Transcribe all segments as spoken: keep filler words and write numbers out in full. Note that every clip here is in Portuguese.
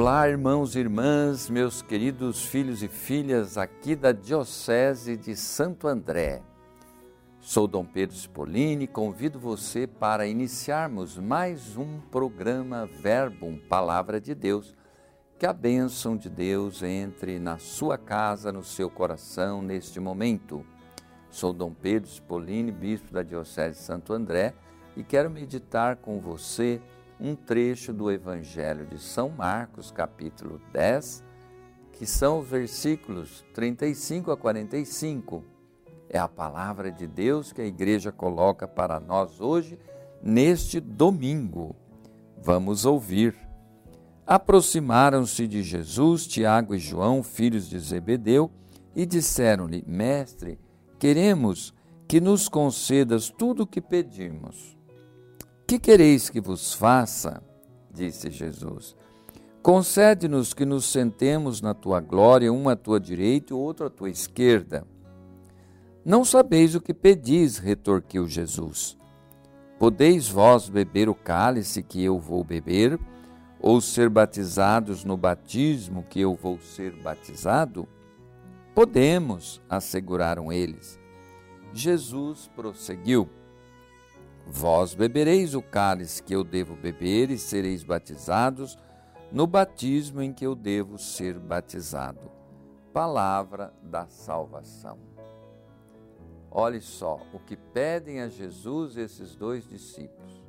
Olá, irmãos e irmãs, meus queridos filhos e filhas aqui da Diocese de Santo André. Sou Dom Pedro Spolini e convido você para iniciarmos mais um programa Verbum, Palavra de Deus. Que a bênção de Deus entre na sua casa, no seu coração, neste momento. Sou Dom Pedro Spolini, bispo da Diocese de Santo André, e quero meditar com você um trecho do Evangelho de São Marcos, capítulo dez, que são os versículos trinta e cinco a quarenta e cinco. É a palavra de Deus que a igreja coloca para nós hoje, neste domingo. Vamos ouvir. Aproximaram-se de Jesus Tiago e João, filhos de Zebedeu, e disseram-lhe: Mestre, queremos que nos concedas tudo o que pedimos. Que quereis que vos faça? Disse Jesus. Concede-nos que nos sentemos na tua glória, um à tua direita e outro à tua esquerda. Não sabeis o que pedis, retorquiu Jesus. Podeis vós beber o cálice que eu vou beber, ou ser batizados no batismo que eu vou ser batizado? Podemos, asseguraram eles. Jesus prosseguiu. Vós bebereis o cálice que eu devo beber e sereis batizados no batismo em que eu devo ser batizado. Palavra da salvação. Olhe só o que pedem a Jesus esses dois discípulos.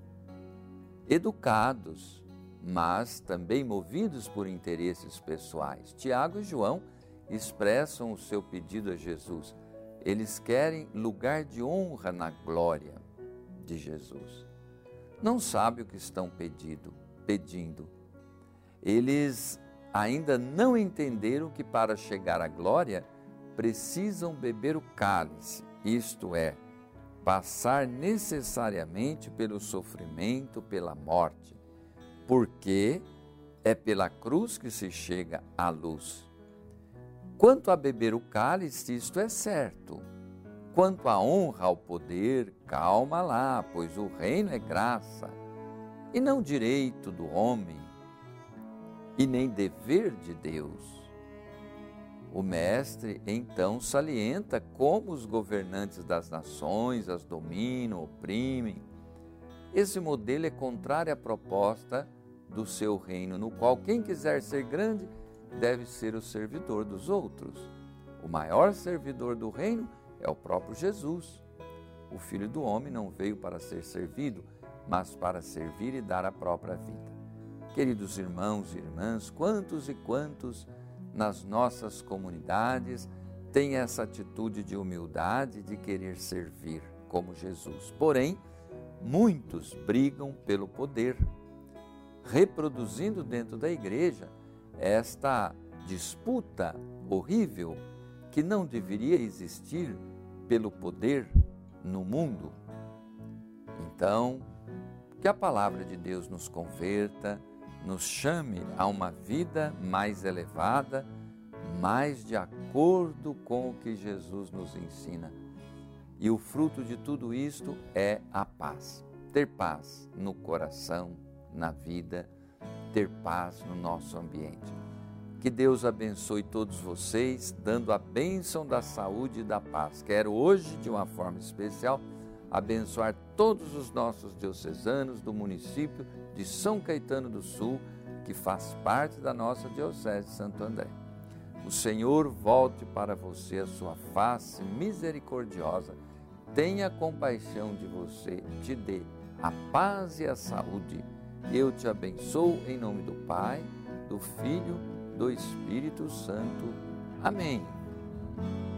Educados, mas também movidos por interesses pessoais. Tiago e João expressam o seu pedido a Jesus. Eles querem lugar de honra na glória de Jesus. Não sabem o que estão pedindo, pedindo. Eles ainda não entenderam que para chegar à glória precisam beber o cálice, isto é, passar necessariamente pelo sofrimento, pela morte, porque é pela cruz que se chega à luz. Quanto a beber o cálice, isto é certo. Quanto à honra, ao poder, calma lá, pois o reino é graça, e não direito do homem, e nem dever de Deus. O mestre, então, salienta como os governantes das nações as dominam, oprimem. Esse modelo é contrário à proposta do seu reino, no qual quem quiser ser grande deve ser o servidor dos outros. O maior servidor do reino é o próprio Jesus. O Filho do Homem não veio para ser servido, mas para servir e dar a própria vida. Queridos irmãos e irmãs, quantos e quantos nas nossas comunidades têm essa atitude de humildade, de querer servir como Jesus. Porém, muitos brigam pelo poder, reproduzindo dentro da igreja esta disputa horrível que não deveria existir pelo poder no mundo. Então, que a palavra de Deus nos converta, nos chame a uma vida mais elevada, mais de acordo com o que Jesus nos ensina. E o fruto de tudo isto é a paz. Ter paz no coração, na vida, ter paz no nosso ambiente. Que Deus abençoe todos vocês, dando a bênção da saúde e da paz. Quero hoje, de uma forma especial, abençoar todos os nossos diocesanos do município de São Caetano do Sul, que faz parte da nossa Diocese de Santo André. O Senhor volte para você a sua face misericordiosa, tenha compaixão de você, te dê a paz e a saúde. Eu te abençoo em nome do Pai, do Filho, do Espírito Santo. Amém.